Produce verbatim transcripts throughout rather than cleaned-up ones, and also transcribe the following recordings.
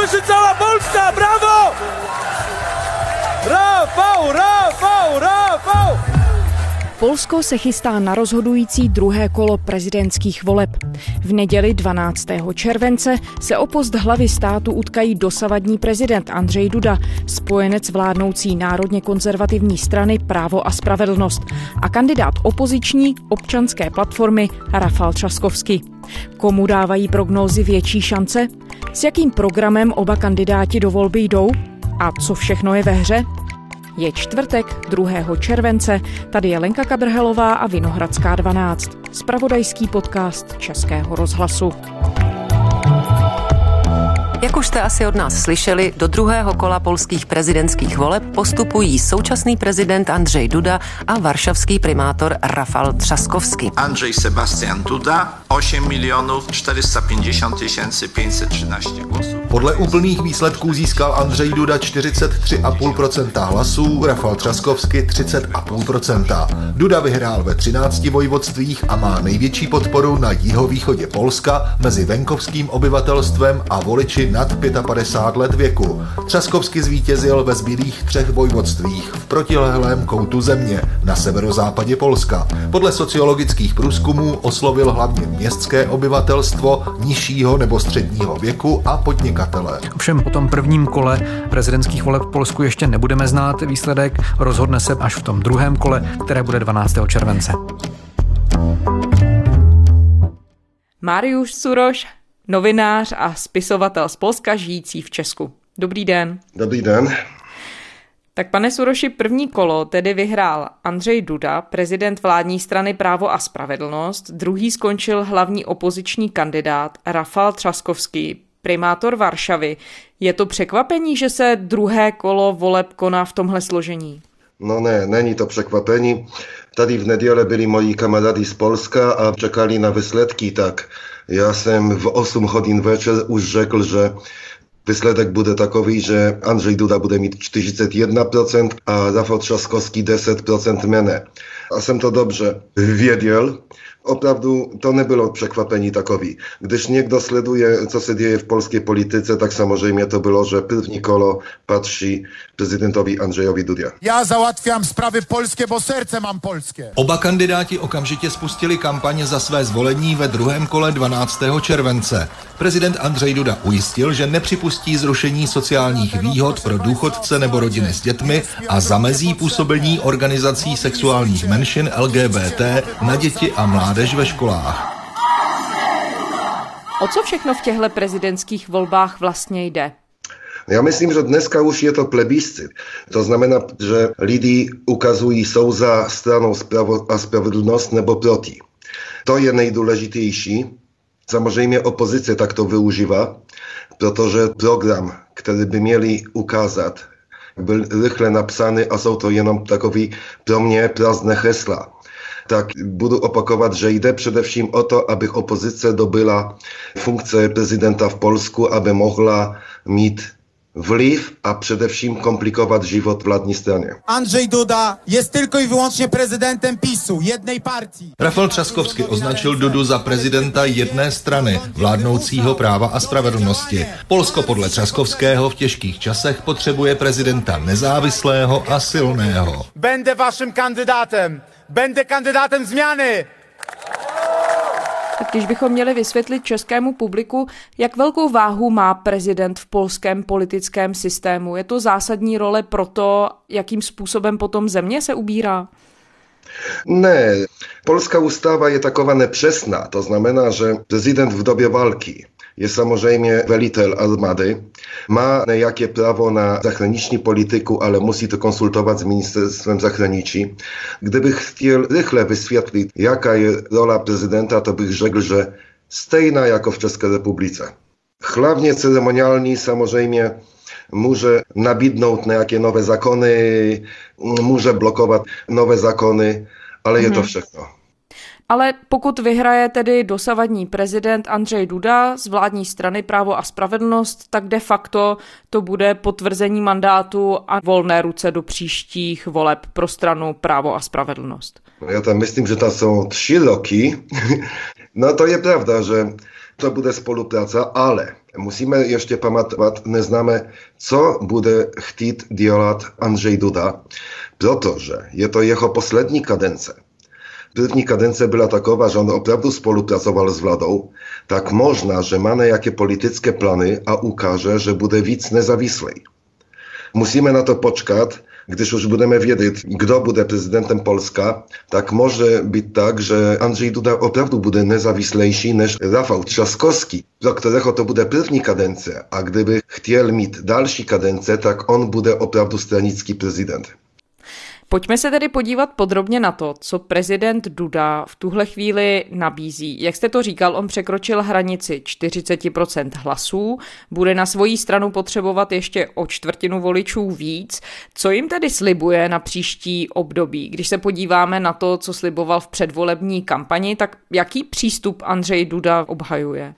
Uderzy cała Polska! Brawo! Rafał, Rafał, Rafał! Polsko se chystá na rozhodující druhé kolo prezidentských voleb. V neděli dvanáctého července se o post hlavy státu utkají dosavadní prezident Andřej Duda, spojenec vládnoucí národně konzervativní strany Právo a spravedlnost a kandidát opoziční Občanské platformy Rafał Trzaskowski. Komu dávají prognózy větší šance? S jakým programem oba kandidáti do volby jdou? A co všechno je ve hře? Je čtvrtek, druhého července, tady je Lenka Kabrhelová a Vinohradská dvanáct, zpravodajský podcast Českého rozhlasu. Jak už jste asi od nás slyšeli, do druhého kola polských prezidentských voleb postupují současný prezident Andrzej Duda a varšavský primátor Rafał Trzaskowski. Andrzej Sebastian Duda, osm milionů čtyři sta padesát tisíc pět set třináct głosů. Podle úplných výsledků získal Andrzej Duda čtyřicet tři celá pět procenta hlasů, Rafał Trzaskowski třicet celá pět procenta. Duda vyhrál ve třinácti vojvodstvích a má největší podporu na jihovýchodě Polska mezi venkovským obyvatelstvem a voliči nad padesát pět let věku. Trzaskowski zvítězil ve zbylých třech vojvodstvích v protilehlém koutu země na severozápadě Polska. Podle sociologických průzkumů oslovil hlavně městské obyvatelstvo nižšího nebo středního věku a podnikatele. Ovšem po tom prvním kole prezidentských voleb v Polsku ještě nebudeme znát výsledek, rozhodne se až v tom druhém kole, které bude dvanáctého července. Mariusz Suroš, novinář a spisovatel z Polska žijící v Česku. Dobrý den. Dobrý den. Tak pane Suroši, první kolo tedy vyhrál Andřej Duda, prezident vládní strany Právo a spravedlnost, druhý skončil hlavní opoziční kandidát Rafał Trzaskowski, primátor Varšavy. Je to překvapení, že se druhé kolo voleb koná v tomhle složení? No ne, není to překvapení. Tady v neděli byli moji kamarádi z Polska a čekali na výsledky, tak já jsem v osm hodin večer už řekl, že výsledek bude takový, že Andrzej Duda bude mít čtyřicet jedna procent a Rafał Trzaskowski deset procent méně. A jsem to dobře věděl. Opravdu to nebylo překvapení takový. Když někdo sleduje, co se děje v polskiej polityce, tak samozřejmě to bylo, že první kolo patří prezidentowi Andrzejowi Dudzie. Já załatwiam sprawy polskie, bo serce mám polskie. Oba kandidáti okamžitě spustili kampaň za své zvolení ve druhém kole dvanáctého července. Prezident Andrzej Duda ujistil, že nepřipustí zrušení sociálních výhod pro důchodce nebo rodiny s dětmi a zamezí působení organizací sexuálních menšin L G B T na děti a mládež ve školách. O co všechno v těchto prezidentských volbách vlastně jde? Já myslím, že dneska už je to plebiscit. To znamená, že lidi ukazují, jsou za stranou Prawo a spravedlnost nebo proti. To je nejdůležitější. Samozřejmě opozice tak to využívá, protože program, který by měli ukázat, byl rychle napsany a jsou to jenom takový pro mě prázdné hesla. Tak budu opakovat, že jde především o to, aby opozice dobyla funkce prezidenta v Polsku, aby mohla mít vliv a především komplikovat život vládní straně. Andrzej Duda jest tylko i wyłącznie prezydentem PiSu, jednej partii. Rafał Trzaskowski označil Dudu za prezidenta jedné strany, vládnoucího Práva a spravedlnosti. Polsko podle Trzaskowského v těžkých časech potřebuje prezidenta nezávislého a silného. Będę waszym kandydatem. Będę kandydatem zmiany. Tak když bychom měli vysvětlit českému publiku, jak velkou váhu má prezident v polském politickém systému, je to zásadní role pro to, jakým způsobem potom země se ubírá? Ne, polska ustawa je taková nepřesná, to znamená, že prezident v době války je samozřejmě velitel armády, má nejaké prawo na zahraniční politiku, ale musí to konsultować z ministerstwem zahraničí. Gdybych chtěl rychle vysvětlit, jaka je rola prezydenta, to bych řekl, že stejná jako v České republice. Hlavně ceremoniální samozřejmě může nabídnout nějaké nové zákony, může blokovat nové zákony, ale je to všechno. Ale pokud vyhraje tedy dosavadní prezident Andrzej Duda z vládní strany Právo a spravedlnost, tak de facto to bude potvrzení mandátu a volné ruce do příštích voleb pro stranu Právo a spravedlnost. Ja tam myslím, že tam są trzy roki. No to je prawda, że to bude spolupráca, ale musíme ještě pamatovat, neznáme, co bude chtít dělat Andrzej Duda, protože je to jeho poslední kadence. První kadence byla taková, že on opravdu spolupracoval s vládou, tak možná, že má nějaké politické plany a ukáže, že bude víc nezávislý. Musíme na to počkat, když už budeme vědět, kdo bude prezydentem Polska, tak może być tak, że Andrzej Duda opravdu bude nezávislejší než Rafał Trzaskowski, do którego to bude první kadence, a gdyby chtěl mít další kadence, tak on bude opravdu stranický prezident. Pojďme se tedy podívat podrobně na to, co prezident Duda v tuhle chvíli nabízí. Jak jste to říkal, on překročil hranici čtyřicet procent hlasů, bude na svoji stranu potřebovat ještě o čtvrtinu voličů víc. Co jim tedy slibuje na příští období? Když se podíváme na to, co sliboval v předvolební kampani, tak jaký přístup Andrzej Duda obhajuje?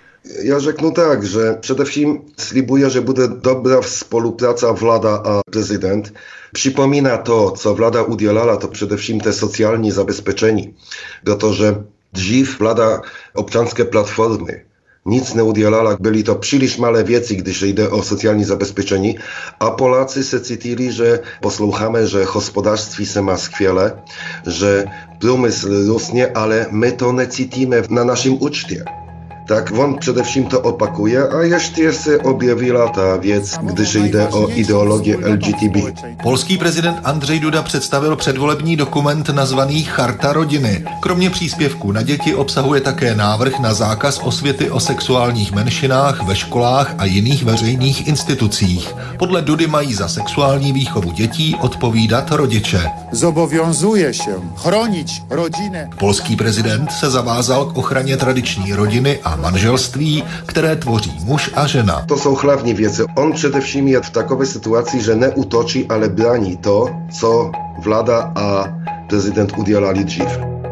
Ja řeknu tak, že především slibuje, že bude dobrá spolupráca vláda a prezydent. Připomíná to, co vláda udělala, to především te sociální zabezpečení. Protože dřív vláda občanské platformy nic neudělala, byly to příliš malé věci, když jde o sociální zabezpečení, a Polacy se cítili, že posloucháme, že hospodářství se má skvěle, že průmysl rostnie, ale my to necítíme na našem účtě. Tak on především to opakuje a ještě se objevila ta věc, když jde o ideologii L G B T. Polský prezident Andrzej Duda představil předvolební dokument nazvaný Charta rodiny. Kromě příspěvků na děti obsahuje také návrh na zákaz osvěty o sexuálních menšinách ve školách a jiných veřejných institucích. Podle Dudy mají za sexuální výchovu dětí odpovídat rodiče. Zobowiązuje się chronić rodzinę. Polský prezident se zavázal k ochraně tradiční rodiny a manželství, které tvoří muž a žena. To jsou hlavní věci. On především je v takové situaci, že neútočí, ale brání to, co vláda a prezident udělali dřív.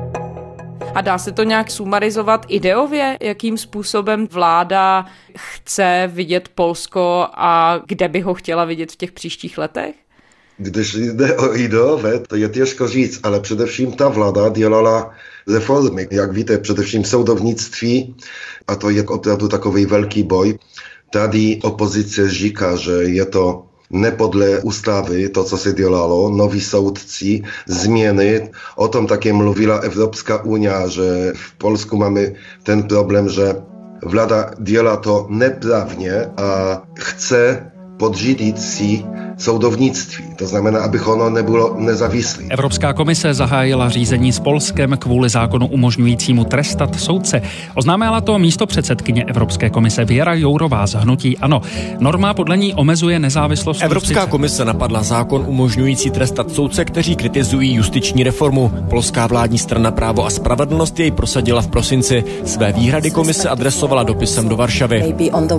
A dá se to nějak sumarizovat ideově, jakým způsobem vláda chce vidět Polsko a kde by ho chtěla vidět v těch příštích letech? Když jde o ideové, to je těžko říct, ale především ta vláda dělala reformy. Jak víte, především soudovnictví, a to je opravdu takový velký boj. Tady opozice říká, že je to nepodle ústavy, to, co se dělalo, noví soudci, změny. O tom také mluvila Evropská unia, že v Polsku máme ten problém, že vláda dělá to neprawnie a chce podřídit si soudovnictví. To znamená, aby ono nebylo nezávislé. Evropská komise zahájila řízení s Polskem kvůli zákonu umožňujícímu trestat soudce. Oznámila to místopředsedkyně Evropské komise Věra Jourová z hnutí ANO. Norma podle ní omezuje nezávislost Evropská justice. komise napadla zákon umožňující trestat soudce, kteří kritizují justiční reformu. Polská vládní strana Právo a spravedlnost jej prosadila v prosinci. Své výhrady komise adresovala dopisem do Varšavy.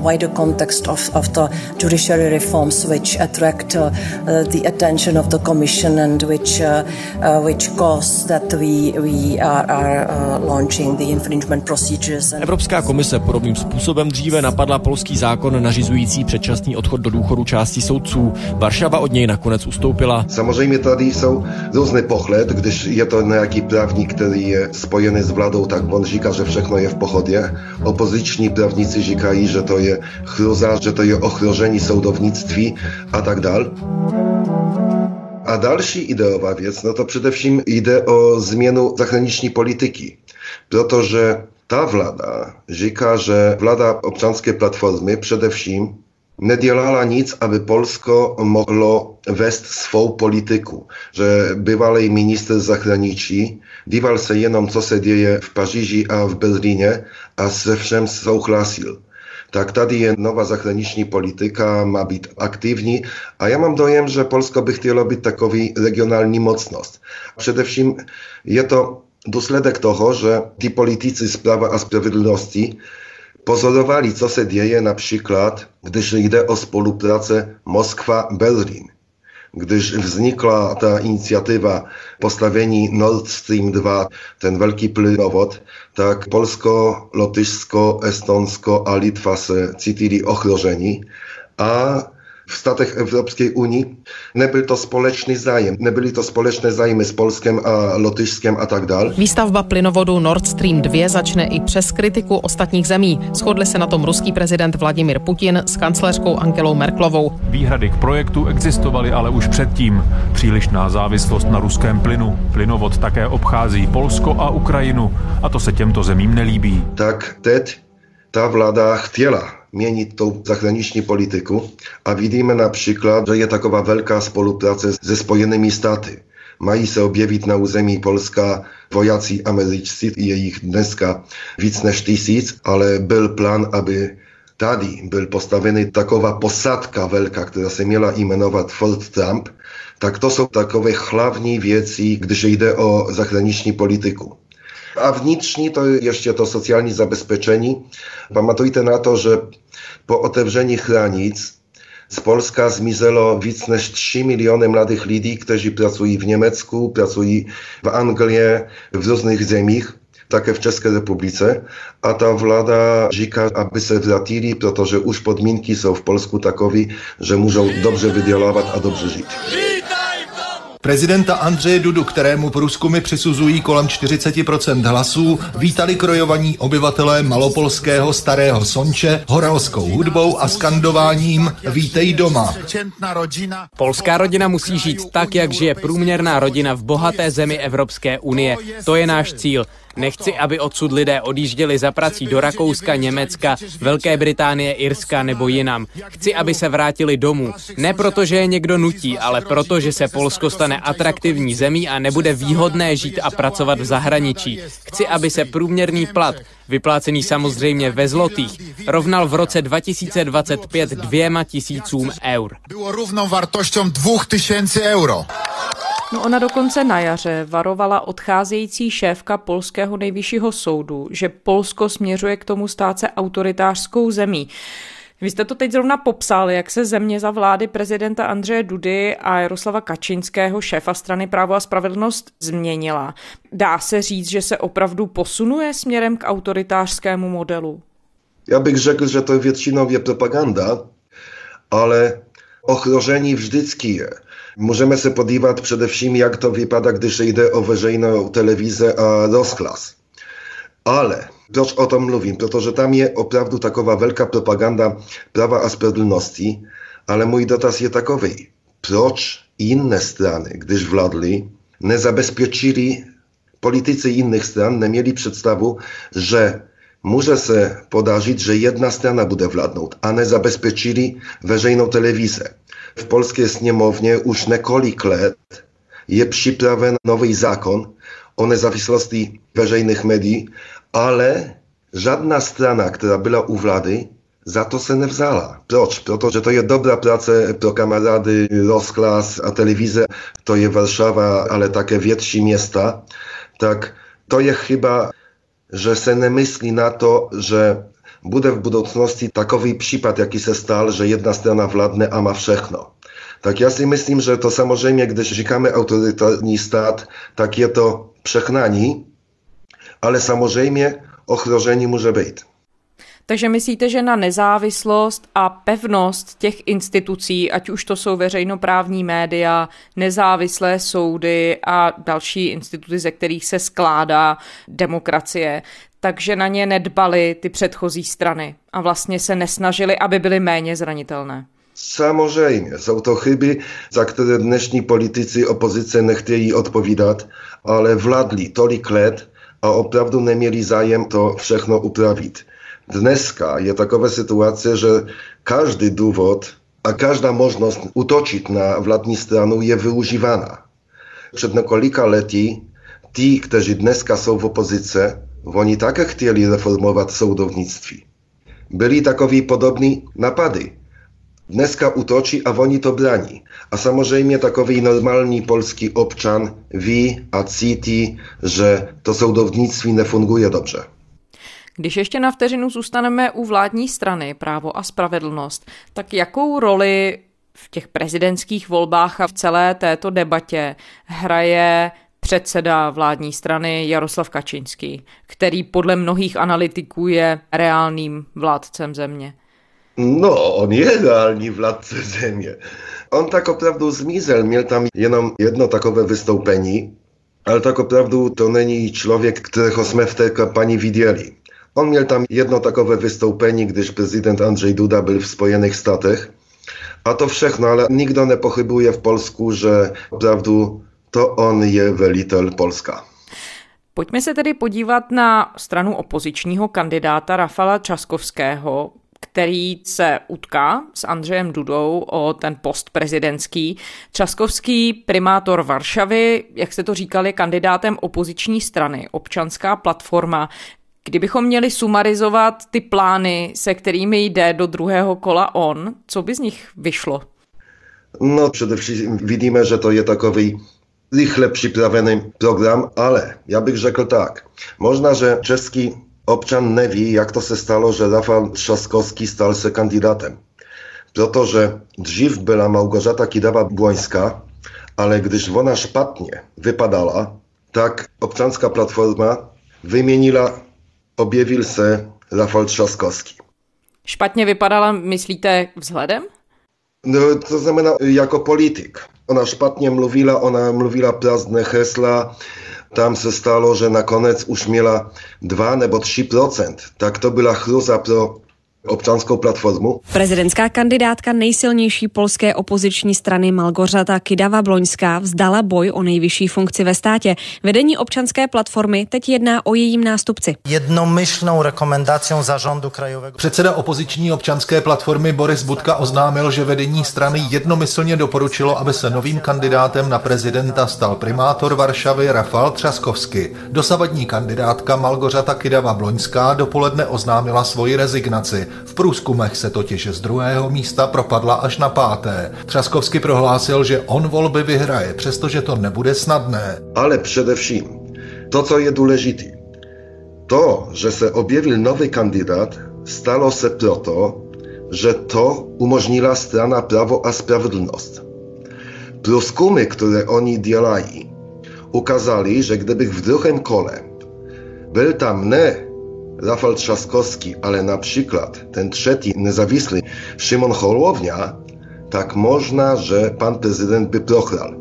Reforms which attract uh, the attention of the Commission and which uh, uh, which cause that we we are, are uh, launching the infringement procedures. And Evropská komise podobným způsobem dříve napadla polský zákon nařizující předčasný odchod do důchodu části soudců. Varšava od něj nakonec ustoupila. Samozřejmě tady jsou různé pohled, když je to nějaký právník, který je spojený s vládou, tak on říká, že všechno je v pohodě. Opoziční právníci říkají, že to je hrůza, že to je ohrožení soudovnictví a tak dál. A další ideová věc, no to především jde o změnu zahraniční politiky, protože ta vláda říká, že vláda občanské platformy především nedělala nic, aby Polsko mohlo vést svou politiku. Že bývalý minister zahraničí díval se jenom, co se děje v Paříži a v Berlíně a se všem souhlasil. Tak tady je nová zahraniční polityka, má být aktivní a já mám dojem, že Polsko by chtělo být takový regionální mocnost. Především je to důsledek toho, že ti politycy z Prawa a Sprawiedliwości pozorowali, co se dzieje na przykład, když jde o spolupráce Moskwa-Berlin. Když vznikla ta inicjatywa postawienia Nord Stream dwa, ten wielki płynowód, tak Polsko, Lotyszsko, Estonsko a Litwa se cítili ochrożeni, a w statech Europejskiej Unii, nebyl to společný zájem, nebyly to společné zájmy s Polskem a Lotyšskem a tak dál. Výstavba plynovodu Nord Stream dva začne i přes kritiku ostatních zemí. Shodli se na tom ruský prezident Vladimir Putin s kancléřkou Angelou Merkelovou. Výhrady k projektu existovaly ale už předtím. Přílišná závislost na ruském plynu. Plynovod také obchází Polsko a Ukrajinu a to se těmto zemím nelíbí. Tak teď ta vláda chtěla měnit tou zahraniční politiku a vidíme například, že je taková velká spolupráce se Spojenými státy. Mají se objevit na území Polska vojáci američtí, je jich dneska víc než tisíc, ale byl plán, aby tady byl postavený taková posádka velká, která se měla jmenovat Fort Trump. Tak to jsou takové hlavní věci, když jde o zahraniční politiku. A vnitřní to ještě to sociální zabezpečení. Pamatujte na to, že po otevření hranic z Polska zmizelo víc než tři miliony mladých lidí, kteří pracují v Německu, pracují v Anglii, v různých zemích, také v České republice. A ta vláda říká, aby se vrátili, protože už podmínky jsou v Polsku takové, že můžou dobře vydělávat a dobře žít. Prezidenta Andřeje Dudu, kterému průzkumy přisuzují kolem čtyřicet procent hlasů, vítali krojovaní obyvatelé malopolského Starého Sonče horalskou hudbou a skandováním Vítej doma. Polská rodina musí žít tak, jak žije průměrná rodina v bohaté zemi Evropské unie. To je náš cíl. Nechci, aby odsud lidé odjížděli za prací do Rakouska, Německa, Velké Británie, Irska nebo jinam. Chci, aby se vrátili domů. Ne proto, že je někdo nutí, ale proto, že se Polsko stane atraktivní zemí a nebude výhodné žít a pracovat v zahraničí. Chci, aby se průměrný plat, vyplácený samozřejmě ve zlotých, rovnal v roce dva tisíce dvacet pět dvěma tisícům eur. Bylo rovnou vartošťom dvou tisíc euro. No ona dokonce na jaře varovala odcházející šéfka polského nejvyššího soudu, že Polsko směřuje k tomu stát se autoritářskou zemí. Vy jste to teď zrovna popsal, jak se země za vlády prezidenta Andřeje Dudy a Jaroslava Kačinského, šéfa strany Právo a spravedlnost, změnila. Dá se říct, že se opravdu posunuje směrem k autoritářskému modelu? Já bych řekl, že to většinou je propaganda, ale ohrožení vždycky je. Můžeme se podívat především, jak to vypadá, když jde o veřejnou telewizję a rozhlas. Ale proč o tom mluvím? Protože tam je opravdu taková velká propaganda Prawa a Sprawiedlności, ale mój dotaz je takový. Proč inne strany, když vládli, nezabezpečili, politycy innych stran neměli představu, že může se podařit, že jedna strana bude vládnout, a nezabezpečili veřejnou telewizję. W polskiej sněmovně už několik let je připraven nový zákon o nezávislosti veřejných médií, ale žádná strana, která byla u vlády, za to se nevzala. Proč? Protože to je dobrá práce pro kamarády, rozhlas a telewizję, to je Warszawa, ale také větší města. Tak to je chyba, že se nemyslí na to, že bude v budoucnosti takový případ, jaký se stal, že jedna strana vládne a má všechno. Tak já si myslím, že to samozřejmě, když říkáme autorytarní stát, tak je to přehnání, ale samozřejmě ohrožení může být. Takže myslíte, že na nezávislost a pevnost těch institucí, ať už to jsou veřejnoprávní média, nezávislé soudy a další instituty, ze kterých se skládá demokracie, takže na ně nedbali ty předchozí strany a vlastně se nesnažili, aby byly méně zranitelné? Samozřejmě, jsou to chyby, za které dnešní politici opozice nechtějí odpovídat, ale vládli tolik let a opravdu neměli zájem to všechno upravit. Dneska je taková situace, že každý důvod a každá možnost útočit na vládní stranu je využívána. Před několika lety ti, kteří dneska jsou v opozici, oni také chtěli reformovat soudownictví. Byli takoví podobní napady. Dneska útočí a oni to brání. A samozřejmě takový normalní polski občan ví a cítí, že to soudownictví nefunguje dobře. Když ještě na vteřinu zůstaneme u vládní strany Právo a spravedlnost, tak jakou roli v těch prezidentských volbách a v celé této debatě hraje předseda vládní strany Jaroslav Kačinský, který podle mnohých analytiků je reálným vládcem země? No, on je realní vládce země. On tak opravdu zmizel, měl tam jenom jedno takové vystoupení, ale tak opravdu to není člověk, kterého jsme v té kampanii viděli. On měl tam jedno takové vystoupení, když prezydent Andrzej Duda byl v Spojených státech. A to všechno, ale nikdo nepochybuje v Polsku, že opravdu to on je velitel Polska. Pojďme se tedy podívat na stranu opozičního kandidáta Rafala Trzaskowského, který se utká s Andřejem Dudou o ten post prezidentský. Trzaskowský, primátor Varšavy, jak jste to říkali, kandidátem opoziční strany, Občanská platforma. Kdybychom měli sumarizovat ty plány, se kterými jde do druhého kola on, co by z nich vyšlo? No především vidíme, že to je takový rychle připravený program, ale já bych řekl tak. Možná, že český občan neví, jak to se stalo, že Rafał Trzaskowski stal se kandydatem. Protože dřív byla Małgorzata Kidawa-Błońska, ale když ona špatně vypadala, tak Občanská platforma vyměnila, objevil se Rafał Trzaskowski. Špatně vypadala, myslíte, vzhledem? No, to znamená jako politik. Ona špatně mluvila, ona mluvila prázdné hesla. Tam se stalo, že nakonec už měla dva nebo tři procenta. Tak to byla chruza pro Občanskou platformu. Prezidentská kandidátka nejsilnější polské opoziční strany Małgorzata Kidawa-Błońská vzdala boj o nejvyšší funkci ve státě. Vedení Občanské platformy teď jedná o jejím nástupci. Jednomyslnou rekomendací zarządu krajového. Předseda opoziční Občanské platformy Boris Budka oznámil, že vedení strany jednomyslně doporučilo, aby se novým kandidátem na prezidenta stal primátor Varšavy Rafał Trzaskowski. Dosavadní kandidátka Małgorzata Kidawa-Błońská dopoledne oznámila svoji rezignaci. V průzkumech se totiž z druhého místa propadla až na páté. Trzaskowski prohlásil, že on volby vyhraje, přestože to nebude snadné. Ale především, to, co je důležité, to, že se objevil nový kandidát, stalo se proto, že to umožnila strana Prawo a Sprawiedlność. Průzkumy, které oni dělají, ukázali, že kdybych v druhém kole byl tam ne Rafał Trzaskowski, ale na przykład ten trzeci nezávislý Szymon Hołownia, tak možná, že pan prezident by prohrál.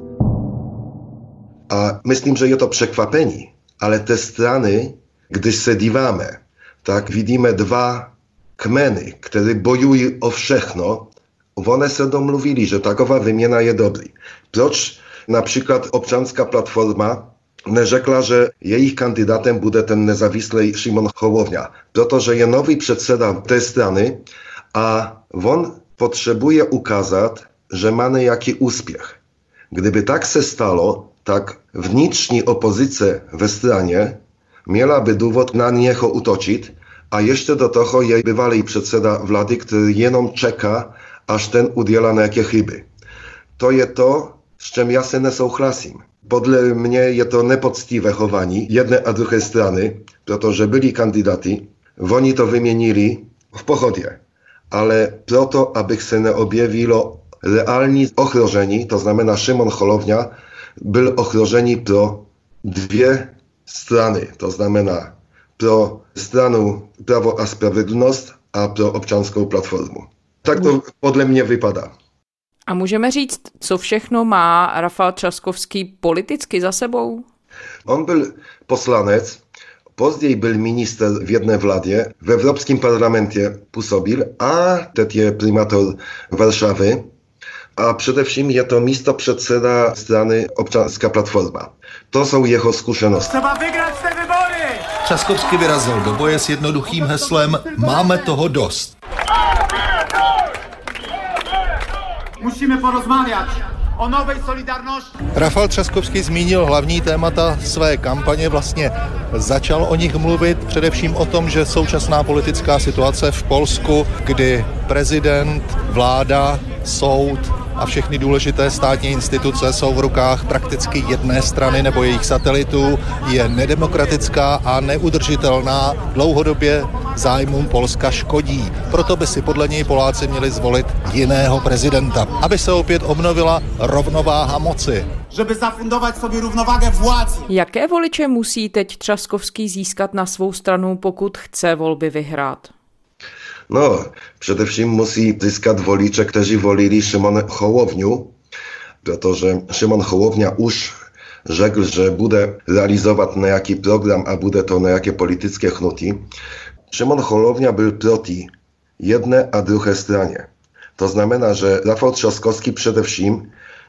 A myslím, že je to překvapení, ale te strany, když se díváme, tak vidíme dva kmeny, které bojují o všechno. One se domluvili, že taková wymiana je dobrý. Proč na przykład Občanská platforma neřekla, že jejich kandydatem bude ten nezávislý Szymon Hołownia, protože je nový předseda té strany a on potřebuje ukázat, že má nějaký úspěch. Kdyby tak se stalo, tak vnitřní opozice ve straně měla by důvod na něho útočit a ještě do toho je bývalý předseda vlády, který jenom čeká, až ten udělá nějaké chyby. To je to, s čím já se nesouhlasím. Podle mě je to nepoctivé chování jedné a druhé strany, protože byli kandidaty, oni to vyměnili v pohodě, ale proto, abych se neobjevilo reální ohrožení, to znamená Szymon Hołownia byl ohrožení pro dvě strany, to znamená pro stranu Prawo a Sprawiedlność a pro Občanskou platformu. Tak to podle mě vypadá. A můžeme říct, co všechno má Rafał Trzaskowski politicky za sebou? On byl poslanec, později byl minister v jedné vládě, v Evropském parlamentě působil a teď je primátor Warszawy. A především je to místopředseda strany Občanská platforma. To jsou jeho zkušenosti. Třeba vygrát té vybory! Trzaskowski vyrazil do boje s jednoduchým heslem Máme toho dost. Musíme porozmawiać o nowej solidarności. Rafał Trzaskowski zmínil hlavní témata své kampaně, vlastně začal o nich mluvit, především o tom, že současná politická situace v Polsku, kdy prezident, vláda, soud a všechny důležité státní instituce jsou v rukách prakticky jedné strany nebo jejich satelitů, je nedemokratická a neudržitelná, dlouhodobě zájmům Polska škodí. Proto by si podle něj Poláci měli zvolit jiného prezidenta, aby se opět obnovila rovnováha moci. Żeby zafundować sobie równowagę władzy. Jaké voliče musí teď Trzaskowski získat na svou stranu, pokud chce volby vyhrát? No, především musí získat voliče, kteří volili Szymona Hołownię, protože Szymon Hołownia už řekl, že bude realizovat nějaký program a bude to nějaké politické hnutí. Szymon Hołownia byl proti jedné a druhé straně. To znamená, že Rafał Trzaskowski především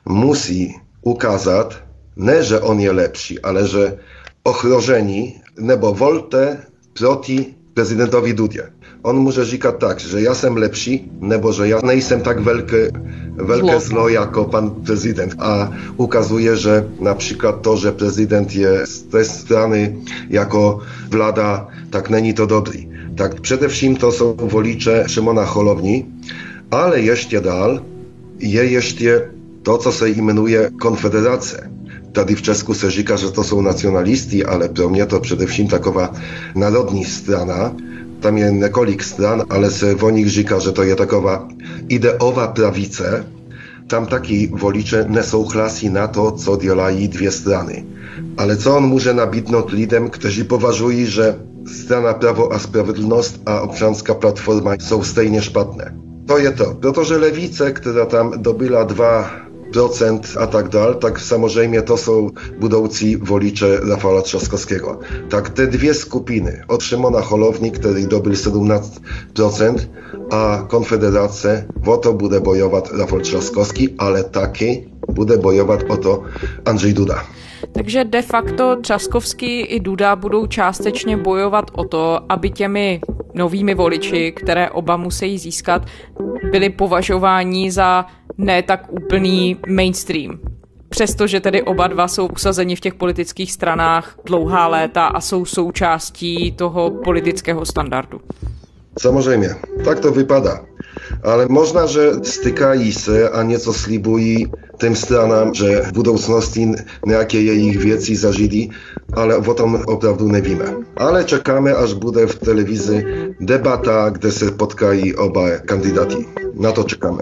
musí ukázat, ne, že on je lepší, ale že ohrožení nebo volte proti prezydentowi Dudzie. On może říkat tak, że ja jsem lepší, nebo że ja nejsem tak wielkie, wielkie zlo jako pan prezydent. A ukazuje, że na przykład to, że prezydent jest z tej strony jako vláda, tak není to dobrý. Tak przede wszystkim to są volicze Szymona Hołowni, ale jeszcze dál je jeszcze to, co się imenuje Konfederacja. Tady v Česku se říká, že to jsou nacionalisti, ale pro mě to především taková národní strana. Tam je několik stran, ale se o nich říká, že to je taková ideová pravice. Tam taky voliče nesouhlasí na to, co dělají dvě strany. Ale co on může nabídnout lidem, kteří považují, že strana Prawo a Sprawiedlność a Občanská platforma jsou stejně špatné. To je to, protože lewice, která tam dobyla dwa procent a tak dal, tak samozřejmě to jsou budoucí voliče Rafała Trzaskowskiego. Tak te dwie skupiny, od Szymona Hołowni, który dobył sedmnáct procent, a Konfederacja, o to bude bojovat Rafał Trzaskowski, ale taky bude bojovat o to Andrzej Duda. Takže de facto Trzaskowski i Duda budou částečně bojovat o to, aby těmi novými voliči, které oba musí získat, byli považováni za ne tak úplný mainstream. Přestože tedy oba dva jsou usazeni v těch politických stranách dlouhá léta a jsou součástí toho politického standardu. Samozřejmě, tak to vypadá. Ale možná, že stykají se a něco slibují tym stranám, že v budoucnosti nějaké jejich věci zažili, ale o tom opravdu nevíme. Ale čekáme, až bude v televizi debata, kde se potkají oba kandidáti. Na to čekáme.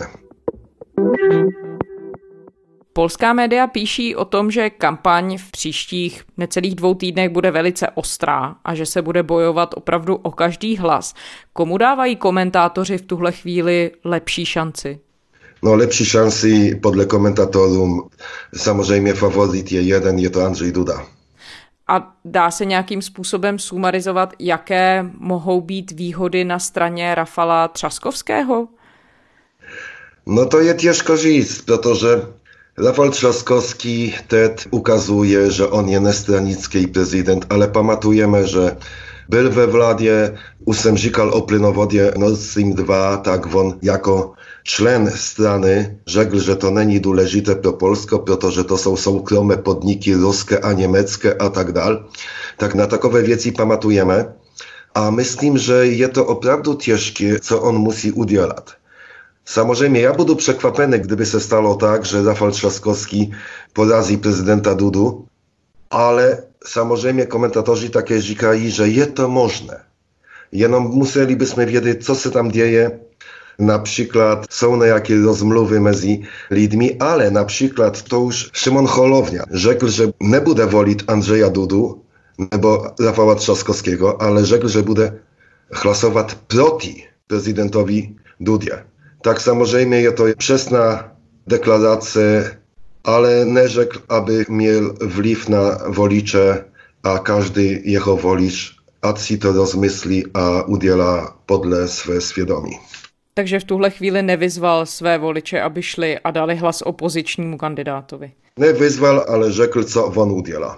Polská média píší o tom, že kampaň v příštích necelých dvou týdnech bude velice ostrá a že se bude bojovat opravdu o každý hlas. Komu dávají komentátoři v tuhle chvíli lepší šanci? No lepší šanci podle komentátorů samozřejmě favorit je jeden, je to Andrzej Duda. A dá se nějakým způsobem sumarizovat, jaké mohou být výhody na straně Rafala Trzaskowskiego? No to je těžko říct, protože Rafał Trzaskowski teď ukazuje, że on je nestranický prezydent, ale pamatujemy, że byl ve vládě, už jsem říkal o plynovodě Nord Stream dva, tak on jako člen strany řekl, že to není důležité pro Polsko, protože to jsou soukromé podniky ruské a německé a tak dál. Tak na takové věci pamatujemy. A myslím, że je to opravdu těžké, co on musí udělat. Samozřejmě ja budu překvapený, gdyby se stalo tak, že Rafał Trzaskowski porazí prezydenta Dudu, ale samozřejmě komentatoři také říkají, že je to možné. Jenom museli byśmy wiedzieć, co se tam dzieje. Na przykład są nejaké rozmluvy mezi lidmi, ale na przykład to już Szymon Hołownia řekl, że nie bude wolić Andrzeja Dudu nebo Rafała Trzaskowskiego, ale řekl, że bude hlasować proti prezydentowi Dudzie. Tak samozřejmě je to přesná deklarace, ale neřekl, aby měl vliv na voliče a každý jeho volič, ať si to rozmyslí a udělá podle své svědomí. Takže v tuhle chvíli nevyzval své voliče, aby šli a dali hlas opozičnímu kandidátovi. Nevyzval, ale řekl, co on udělá.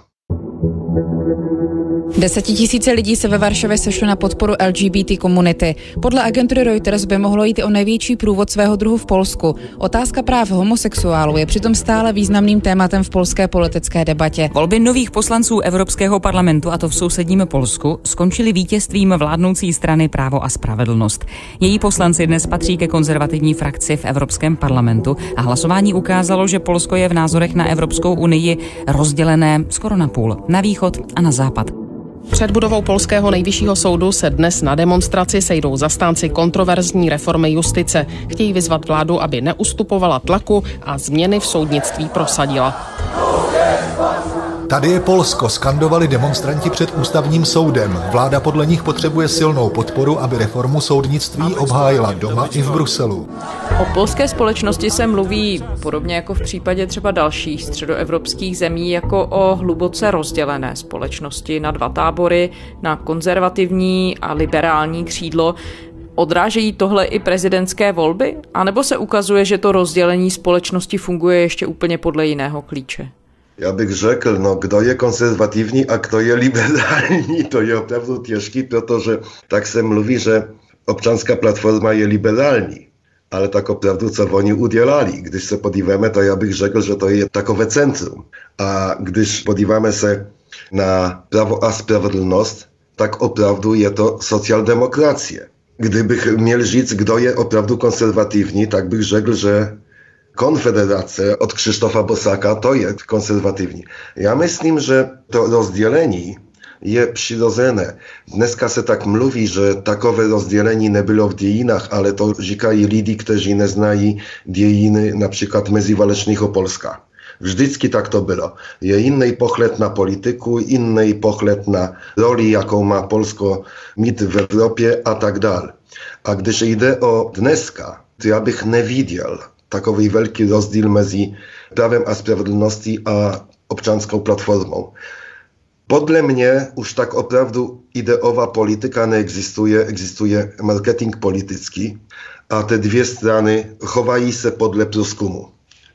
Desetitisíce lidí se ve Varšavě sešlo na podporu L G B T komunity. Podle agentury Reuters by mohlo jít o největší průvod svého druhu v Polsku. Otázka práv homosexuálů je přitom stále významným tématem v polské politické debatě. Volby nových poslanců Evropského parlamentu, a to v sousedním Polsku, skončily vítězstvím vládnoucí strany Právo a Spravedlnost. Její poslanci dnes patří ke konzervativní frakci v Evropském parlamentu a hlasování ukázalo, že Polsko je v názorech na Evropskou unii rozdělené skoro na půl, na východ a na západ. Před budovou polského nejvyššího soudu se dnes na demonstraci sejdou zastánci kontroverzní reformy justice. Chtějí vyzvat vládu, aby neustupovala tlaku a změny v soudnictví prosadila. Tady je Polsko, skandovali demonstranti před ústavním soudem. Vláda podle nich potřebuje silnou podporu, aby reformu soudnictví obhájila doma i v Bruselu. O polské společnosti se mluví podobně jako v případě třeba dalších středoevropských zemí jako o hluboce rozdělené společnosti na dva tábory, na konzervativní a liberální křídlo. Odrážejí tohle i prezidentské volby? A nebo se ukazuje, že to rozdělení společnosti funguje ještě úplně podle jiného klíče? Já bych řekl, no kdo je konzervativní a kdo je liberální, to je opravdu těžký, protože tak se mluví, že občanská platforma je liberální. Ale tak opravdu, co oni udělali. Když se podíváme, to já bych řekl, že to je takové centrum. A když podíváme se na Prawo a Spravedlnost, tak opravdu je to socialdemokracie. Kdybych měl říct, kdo je opravdu konzervativní, tak bych řekl, že Konfederace od Krzysztofa Bosaka to je konzervativní. Já myslím, že to rozdělení je přirozené. Dneska se tak mluví, že takové rozdělení nebylo v dějinách, ale to říkají lidi, kteří neznají dějiny například meziválečného Polska. Vždycky tak to bylo. Je jiný pohled na politiku, jiný pohled na roli, jakou má Polsko mít v Evropě a tak dále. A když jde o dneska, to já bych neviděl takový velký rozdíl mezi Prawem a Spravedlností a občanskou platformou. Podle mě už tak opravdu ideová polityka neexistuje, existuje marketing politický a te dvě strany chowají se podle průzkumu.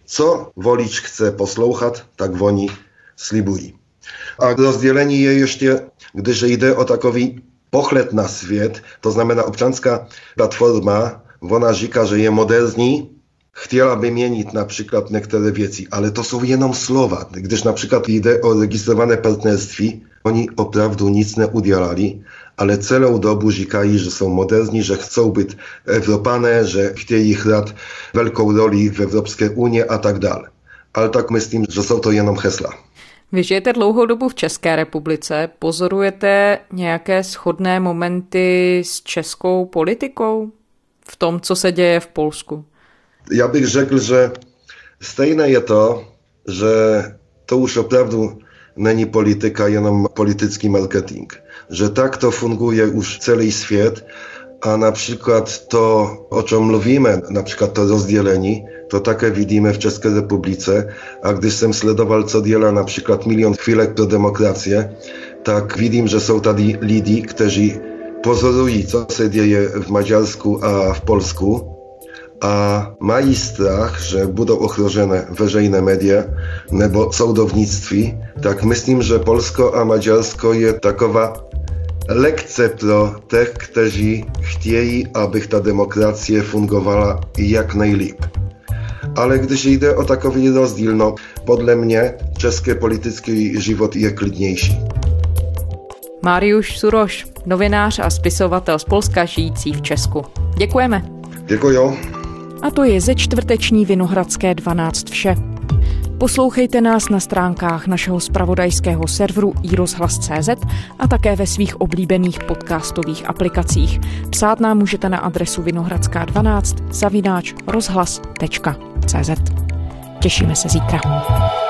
Co volič chce poslouchat, tak oni slibují. A rozdělení je ještě, když jde o takový pohled na svět, to znamená občanská platforma, ona říká, že je moderní, chtěla by měnit například některé věci, ale to jsou jenom slova. Když například jde o registrowane partnerství, oni opravdu nic neudělali, ale celou dobu říkají, že jsou moderní, že chcou být Evropané, že chtějí hrát velkou roli v Evropské unii a tak dále. Ale tak myslím, že jsou to jenom hesla. Vy žijete dlouhou dobu v České republice, pozorujete nějaké shodné momenty s českou politikou v tom, co se děje v Polsku? Já bych řekl, že stejné je to, že to už opravdu není polityka, jenom politický marketing. Že tak to funguje už celý svět a například to, o čem mluvíme, například to rozdělení, to také vidíme v České republice. A když jsem sledoval, co dělá například Milion chvílek pro demokrację, tak vidím, že jsou tady lidi, kteří pozorují, co se děje v Maďarsku a v Polsku, a mají strach, že budou ohrožené veřejné média nebo soudownictví, tak myslím, že Polsko a Maďarsko je taková lekce pro těch, kteří chtějí, aby ta demokracie fungovala jak nejlíp. Ale když jde o takový rozdíl, no podle mě český politický život je klidnější. Mariusz Suroš, novinář a spisovatel z Polska žijící v Česku. Děkujeme. Děkuju. A to je ze čtvrteční Vinohradské dvanáct vše. Poslouchejte nás na stránkách našeho zpravodajského serveru i rozhlas tečka cé zet a také ve svých oblíbených podcastových aplikacích. Psát nám můžete na adresu vinohradská dvanáct zavináč rozhlas tečka cé zet. Těšíme se zítra.